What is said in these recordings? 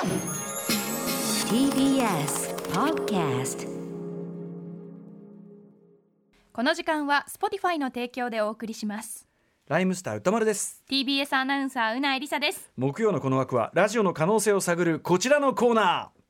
TBS Podcast。 この時間は Spotify の提供でお送りします。 ライムスター歌丸です。 TBS アナウンサーうないりさです。 木曜のこの枠はラジオの可能性を探るこちらのコーナー、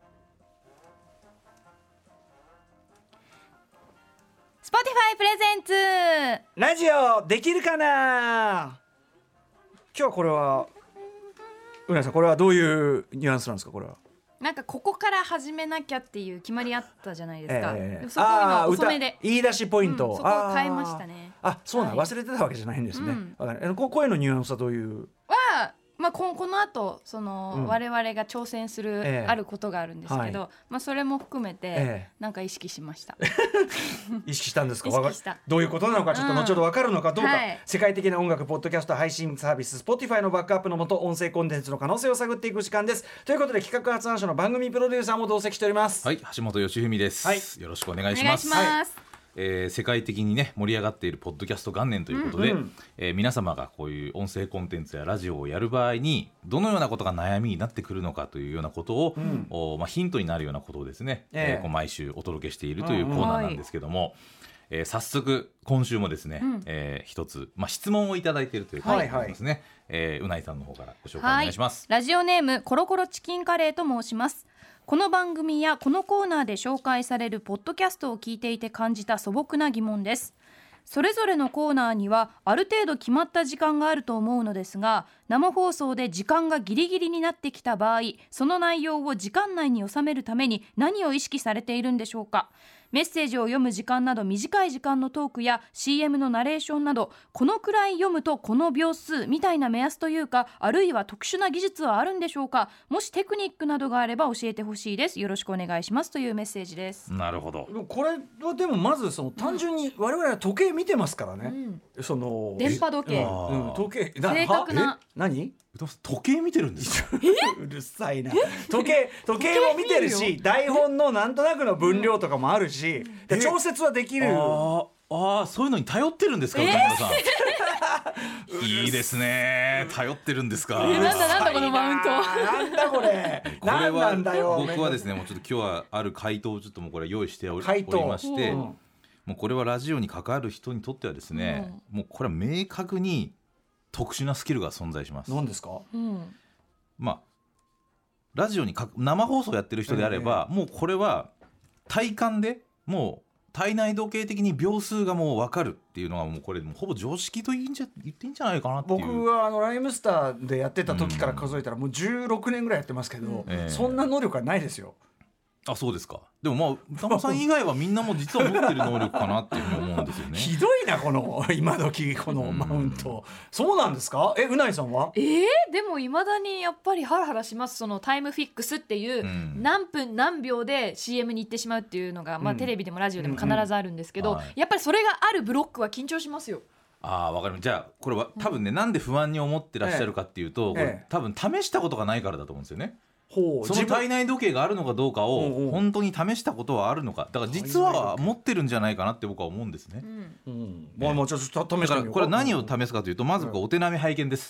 Spotify プレゼンツラジオできるかな。今日はこれはうなぎさん、これはどういうニュアンスなんですか。これはなんかここから始めなきゃっていう決まりあったじゃないですか、でもそこあ今遅めで言い出しポイント、 そこを変えましたね。 そうなん、 はい忘れてたわけじゃないんですね、わかる。声のニュアンスはどういう。 この後その、我々が挑戦するあることがあるんですけど、それも含めて、なんか意識しました意識したんですか。 意識した。 どういうことなのかちょっと後ほど分かるのかどうか、世界的な音楽ポッドキャスト配信サービス Spotify のバックアップのもと、音声コンテンツの可能性を探っていく時間です。ということで、企画発案者の番組プロデューサーも同席しております。 はい、橋本義文です、 はい、 よろしくお願いします。世界的にね盛り上がっているポッドキャスト元年ということで、皆様がこういう音声コンテンツやラジオをやる場合にどのようなことが悩みになってくるのかというようなことを、ヒントになるようなことをですね、こう毎週お届けしているというコーナーなんですけども、早速今週もですね、一つ、質問をいただいているということですね、うないさんの方からご紹介お願いします。 ラジオネームコロコロチキンカレーと申します。この番組やこのコーナーで紹介されるポッドキャストを聞いていて感じた素朴な疑問です。それぞれのコーナーにはある程度決まった時間があると思うのですが、生放送で時間がギリギリになってきた場合、その内容を時間内に収めるために何を意識されているんでしょうか。メッセージを読む時間など短い時間のトークや CM のナレーションなど、このくらい読むとこの秒数みたいな目安というか、あるいは特殊な技術はあるんでしょうか。もしテクニックなどがあれば教えてほしいです。よろしくお願いします、というメッセージです。 なるほど。 これはでもまずその単純に我々は時計見てますからね、その電波時計、 時計正確な何時計見てるんですかうるさいな。時計も見てるし、台本のなんとなくの分量とかもあるし、で調節はできる。 そういうのに頼ってるんですか、歌丸さんいいですね、頼ってるんですか。 なんだこのマウントなんだこれこれはなんだよ。 僕はですね、もうちょっと今日はある回答をちょっともうこれ用意しておりまして、もうこれはラジオに関わる人にとってはですね、もうこれは明確に特殊なスキルが存在します。 何ですか。 ラジオに生放送やってる人であれば、もうこれは体感でもう体内時計的に秒数がもう分かるっていうのがもうこれほぼ常識と言っていいんじゃないかなっていう。 僕はライムスターでやってた時から数えたらもう16年ぐらいやってますけど、そんな能力はないですよ。 あ、そうですか。でも歌丸さん以外はみんなも実は持ってる能力かなっていうふうに思うんですよねひどいなこの今時このマウント、そうなんですか。うないさんは。 でもいまだにやっぱりハラハラします。そのタイムフィックスっていう、何分何秒で CM に行ってしまうっていうのが、テレビでもラジオでも必ずあるんですけど、やっぱりそれがあるブロックは緊張しますよ。 わかります。じゃあこれは多分ね、なんで不安に思ってらっしゃるかっていうと、これ多分試したことがないからだと思うんですよね。その体内時計があるのかどうかを本当に試したことはあるのか、だから実は持ってるんじゃないかなって僕は思うんですね。 もうちょっと試してみよう。 だからこれは何を試すかというと、まずお手並み拝見です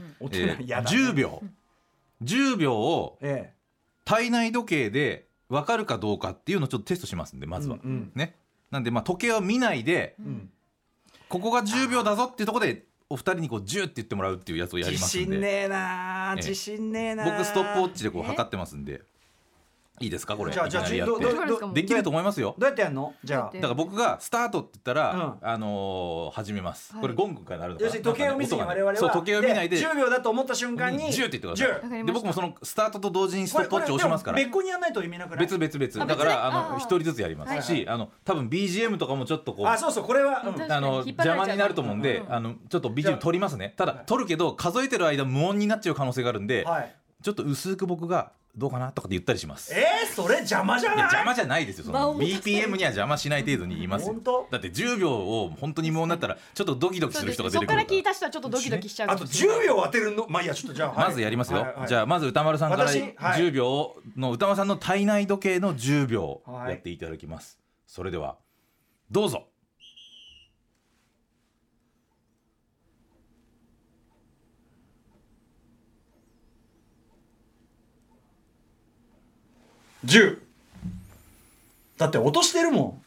。10秒を体内時計で分かるかどうかっていうのをちょっとテストしますんで、まずはね。なんで時計を見ないで、ここが10秒だぞっていうところでお二人にこう10って言ってもらうっていうやつをやりますんで。 自信ねえな、 僕ストップウォッチでこう測ってますんで、いいですかこれ。 じゃあいきなりやってできると思いますよ。 どうやってやるの。じゃあだから僕がスタートって言ったら、始めます。これゴングからなるのかな。 要するに時計を見ずに我々はそう時計を見ないで 10秒だと思った瞬間に 10って言ってください。で僕もそのスタートと同時にストップウォッチを押しますから。 別個にやらないと意味なくない。 別だから一人ずつやりますし、多分 BGM とかもちょっとこうそうこれは邪魔になると思うんで、ちょっと BGM 取りますね。ただ取るけど数えてる間無音になっちゃう可能性があるんで、ちょっと薄く僕がどうかなとかって言ったりします。 それ邪魔じゃない。 邪魔じゃないですよ。その BPM には邪魔しない程度に言いますよ。だって10秒を本当に無音になったらちょっとドキドキする人が出てくるから。 そこから聞いた人はちょっとドキドキしちゃう。 あと10秒当てるの、いやちょっとじゃあまずやりますよ。じゃあまず歌丸さんから10秒の歌丸さんの体内時計の10秒やっていただきます。それではどうぞ。 10だって落としてるもん。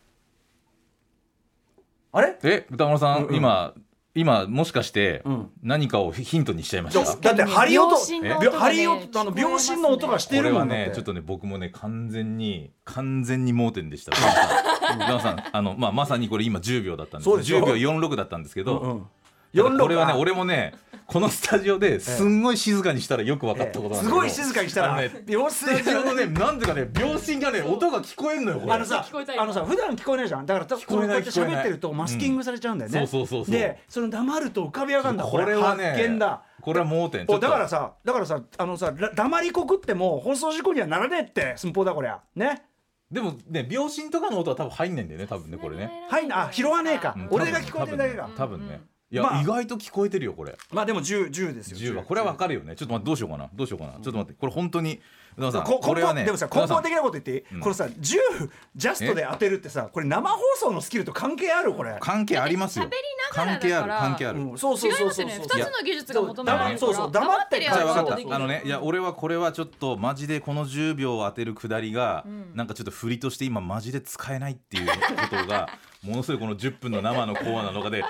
あれ歌丸さん、今もしかして何かをヒントにしちゃいました？ だってハリ音、 秒針の音がしてるもん。 これはねちょっとね僕もね完全に盲点でした。歌丸さんまさにこれ今10秒だったんですけど、10秒46だったんですけど、これはね俺もねこのスタジオですんごい静かにしたらよく分かったことなんだけど、 すごい静かにしたらスタジオのねなんていうかね秒針がね音が聞こえんのよ。これさ普段聞こえないじゃん。だからこうやって喋ってるとマスキングされちゃうんだよね。 そうでその黙ると浮かび上がるんだ。 これはね発見だ。 これは盲点。 だからさ黙りこくっても放送事故にはならねえって寸法だこりゃね。 でもね秒針とかの音は多分入んないんだよね多分ねこれね。 拾わねえか。俺が聞こえてるだけか。 多分ね。いや、意外と聞こえてるよこれ。 まあでも10ですよ。 10はこれは分かるよね。ちょっと待ってどうしようかな。ちょっと待ってこれ本当にこれはねでもさ根本的なこと言っていい？これさ10ジャストで当てるってさこれ生放送のスキルと関係ある？これ関係ありますよ。 喋りながらだから関係ある。 そう違いますよね。2つの技術が求められるから。 黙ってるやつ分かった。 ねいや俺はこれはちょっとマジでこの10秒を当てるくだりがなんかちょっと振りとして今マジで使えないっていうことがものすごいこの10分の生のコーナーの中で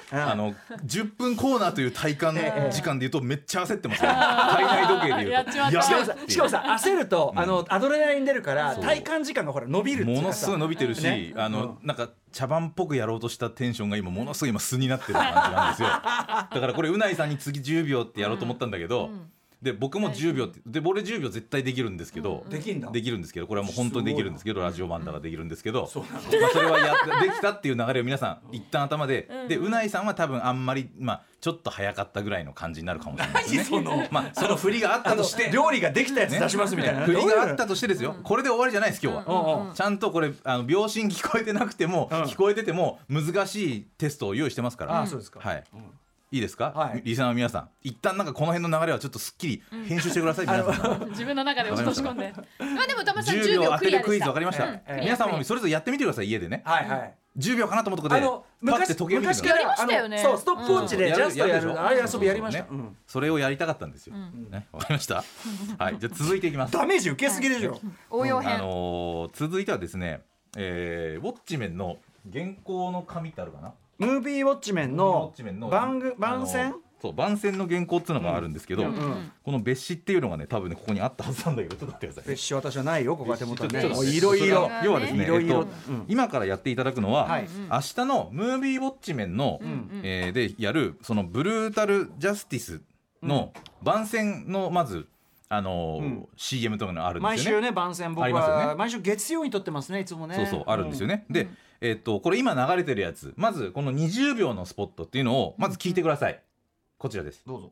10分コーナーという体感時間で言うとめっちゃ焦ってますよ。体内時計で言うとしかもさ焦るとアドレナリン出るから体感時間がほら伸びるっていうかさものすごい伸びてるしなんか茶番っぽくやろうとしたテンションが今ものすごい今素になってる感じなんですよ。だからこれうないさんに次10秒ってやろうと思ったんだけど、で僕も10秒ってで俺10秒絶対できるんですけど、できるんですけどこれはもう本当にできるんですけどラジオ版だからできるんですけど、それはできたっていう流れを皆さん一旦頭ででうないさんは多分あんまりちょっと早かったぐらいの感じになるかもしれないですね。その振りがあったとして料理ができたやつ出しますみたいな振りがあったとしてですよ。これで終わりじゃないです今日は。ちゃんとこれ秒針聞こえてなくても聞こえてても難しいテストを用意してますから。 そうですか。 いいですか、リスナーの皆さん一旦なんかこの辺の流れはちょっとすっきり編集してください。皆さん自分の中で落とし込んででも玉さん 10秒当てるクリアでした。 クイズ分かりました。皆さんもそれぞれやってみてください家でね。10秒かなと思ったことでパッて時計見てください。 やりましたよね。 そうストップウォッチでジャストやるああいう遊びやりました。 それをやりたかったんですよ。わかりました。はいじゃあ続いていきます。 ダメージ受けすぎでしょ。 応用編。 続いてはですねウォッチメンの原稿の紙ってあるかな。 ムービーウォッチメンの番宣番宣の原稿っていうのがあるんですけど、この別紙っていうのがね多分ねここにあったはずなんだけどちょっと待ってください。 別紙私はないよここは手元にね。 いろいろ要はですね今からやっていただくのは明日のムービーウォッチメンのでやるそのブルータルジャスティスの番宣のまずCM とかがあるんですよね。 毎週ね番宣僕は毎週月曜に撮ってますねいつもね。 そうあるんですよね。でこれ今流れてるやつまずこの20秒のスポットっていうのをまず聞いてください。こちらです。 どうぞ。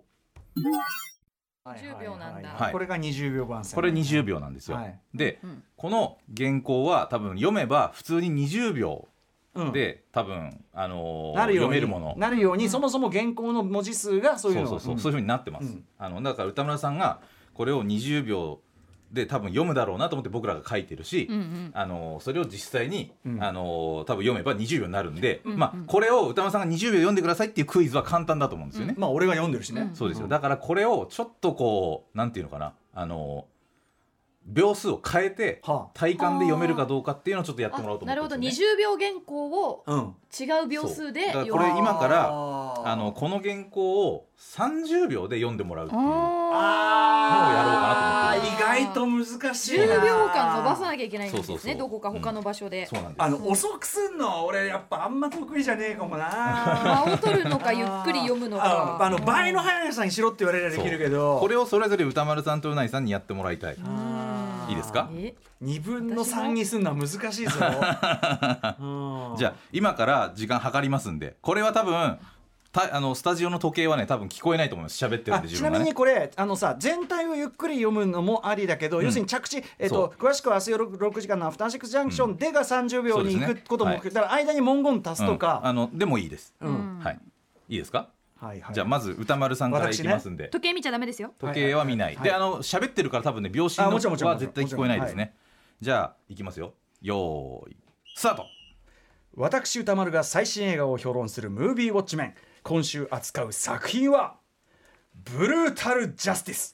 10秒なんだ。 これが20秒番宣。 これ20秒なんですよ。でこの原稿は多分読めば普通に20秒で多分読めるものなるようにそもそも原稿の文字数がそういうのそういう風になってます。だから歌村さんがこれを20秒で多分読むだろうなと思って僕らが書いてるし、それを実際に、多分読めば20秒になるんで、これを歌丸さんが20秒読んでくださいっていうクイズは簡単だと思うんですよね。 俺が読んでるしね。 そうですよ。だからこれをちょっとこうなんていうのかな秒数を変えて体感で読めるかどうかっていうのをちょっとやってもらおうと思ってます、ね。 なるほど20秒原稿を違う秒数でだからこれ今からこの原稿を30秒で読んでもらうっていうのをやろうかなと思って。 意外と難しいな。 10秒間飛ばさなきゃいけないんですね。どこか他の場所で。 そうなんです。 遅くすんの俺やっぱあんま得意じゃねえかもな。 間を取るのかゆっくり読むのか。 倍の速さにしろって言われればできるけどこれをそれぞれ歌丸さんとうないさんにやってもらいたい。いいですか ？2分の3にすんのは難しいぞ。 じゃあ今から時間計りますんでこれは多分スタジオの時計はね多分聞こえないと思います喋ってるんで自分がね。 ちなみにこれ全体をゆっくり読むのもありだけど、要するに着地詳しくは明日夜6時間のアフターシックスジャンクションでが30秒に行くことも、だから間に文言足すとか、 でもいいです。はいいいですか？じゃあまず歌丸さんからいきますんで、 時計見ちゃダメですよ。 時計は見ないで喋ってるから多分ね秒針のは絶対聞こえないですね。じゃあいきますよ。よーいスタート。 私歌丸が最新映画を評論するムービーウォッチメン。今週扱う作品はブルータルジャスティス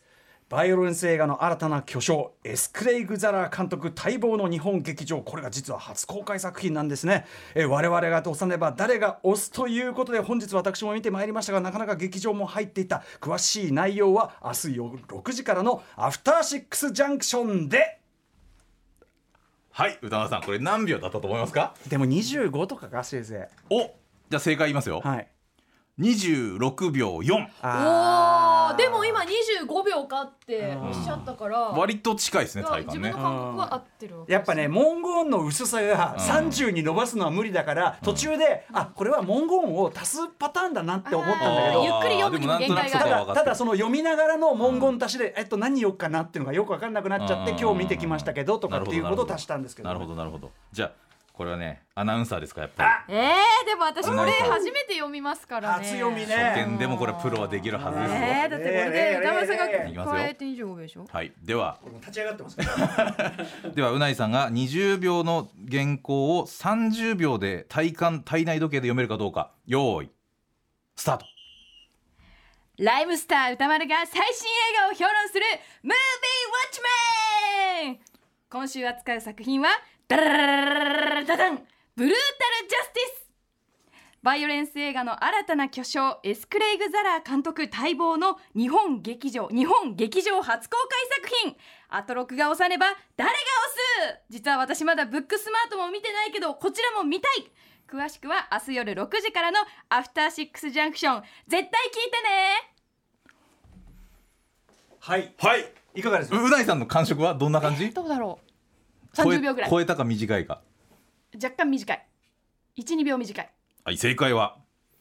バイオレンス映画の新たな巨匠エスクレイグ・ザラー監督待望の日本劇場、これが実は初公開作品なんですね。我々が押さねば誰が押すということで、本日私も見てまいりましたが、なかなか劇場も入っていた。詳しい内容は明日夜6時からのアフターシックスジャンクションで。 はい、歌丸さん、これ何秒だったと思いますか？ でも25とかか、先生。 お、じゃあ正解言いますよ。 はい、 26秒4。 おー、でも今25秒かっておっしゃったから、 割と近いですね、体感ね。 自分の感覚は合ってるわけやっぱね、文言の薄さが30に伸ばすのは無理だから、途中でこれは文言を足すパターンだなって思ったんだけど、 ゆっくり読むにも限界がある。 ただその読みながらの文言足しで、何言おうかなっていうのがよく分かんなくなっちゃって、今日見てきましたけどとかっていうことを足したんですけど、 なるほどなるほど。じゃあこれはね、アナウンサーですか、やっぱり。 でも私これ初めて読みますからね。 初読みね。 初見でもこれプロはできるはずですよ。 だってこれで歌丸さんがいきますよ。 加えて25秒でしょ。 はい、では立ち上がってますからではうないさんが20秒の原稿を30秒で体内時計で読めるかどうか、用意スタート。 ライムスター歌丸が最新映画を評論するムービーウォッチメン。今週扱う作品はダラララララダダン、ブルータルジャスティス。バイオレンス映画の新たな巨匠エスクレイグ・ザラー監督待望の日本劇場初公開作品。あと録画押さねば誰が押す。実は私まだブックスマートも見てないけど、こちらも見たい。詳しくは明日夜6時からのアフターシックスジャンクション、絶対聞いてね。 はいはい、 いかがですか？ うないさんの感触はどんな感じ？ どうだろう。30秒ぐらい。 超えたか短いか。 若干短い。1、2秒短い。 はい、正解は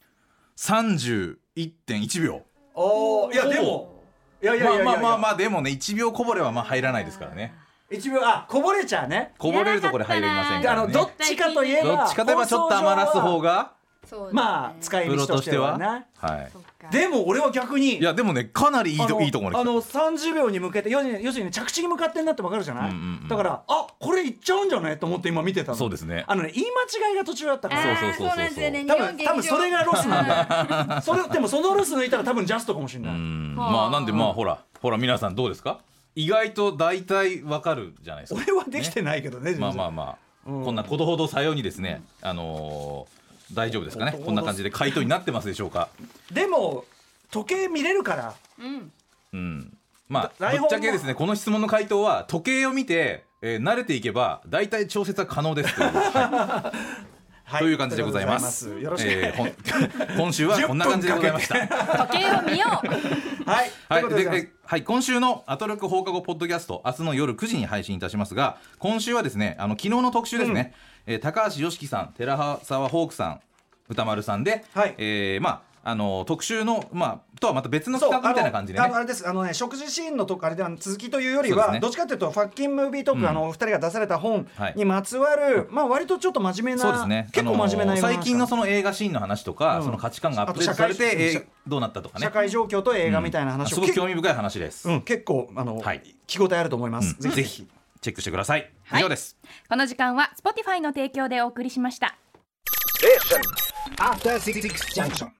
31.1 秒。 いやでもまあでもね、1秒こぼれはまあ入らないですからね。 1秒こぼれちゃうね。 こぼれるところ入れませんからね。 どっちかといえばちょっと余らす方がまあ使い道としてはね。 はい。 でも俺は逆に、 いやでもね、かなりいいところに来た。 30秒に向けて、要するに着地に向かってんなって分かるじゃない、だからこれいっちゃうんじゃないと思って今見てたの。 そうですね。 言い間違いが途中だったから。 そうなんですよね。 多分それがロスなんだよでもそのロス抜いたら多分ジャストかもしれない。 まあなんでほら皆さんどうですか？意外と大体分かるじゃないですか。 俺はできてないけどね。 まあ、こんなことほどさようにですね、大丈夫ですかね。こんな感じで回答になってますでしょうか。 でも時計見れるから。 まあぶっちゃけですね、この質問の回答は時計を見て、慣れていけば大体調節は可能ですという感じでございます。 よろしく。 今週はこんな感じでございました。 時計を見よう。 はい、今週のアトロック放課後ポッドキャスト、明日の夜9時に配信いたしますが、今週はですね、昨日の特集ですね、高橋良樹さん、寺澤ホークさん、歌丸さんで、特集のとはまた別の企画みたいな感じでね。 あれです、食事シーンのとこあれでは続きというよりは、どっちかというとファッキンムービートーク、2人が出された本にまつわる、割とちょっと真面目な、 そうですね、 結構真面目な最近のその映画シーンの話とか、その価値観がアップデートされてどうなったとかね、 社会状況と映画みたいな話を、 すごく興味深い話です。 結構聞応えあると思います。ぜひチェックしてください。以上です。 この時間は Spotify の提供でお送りしました。 After 66 junction.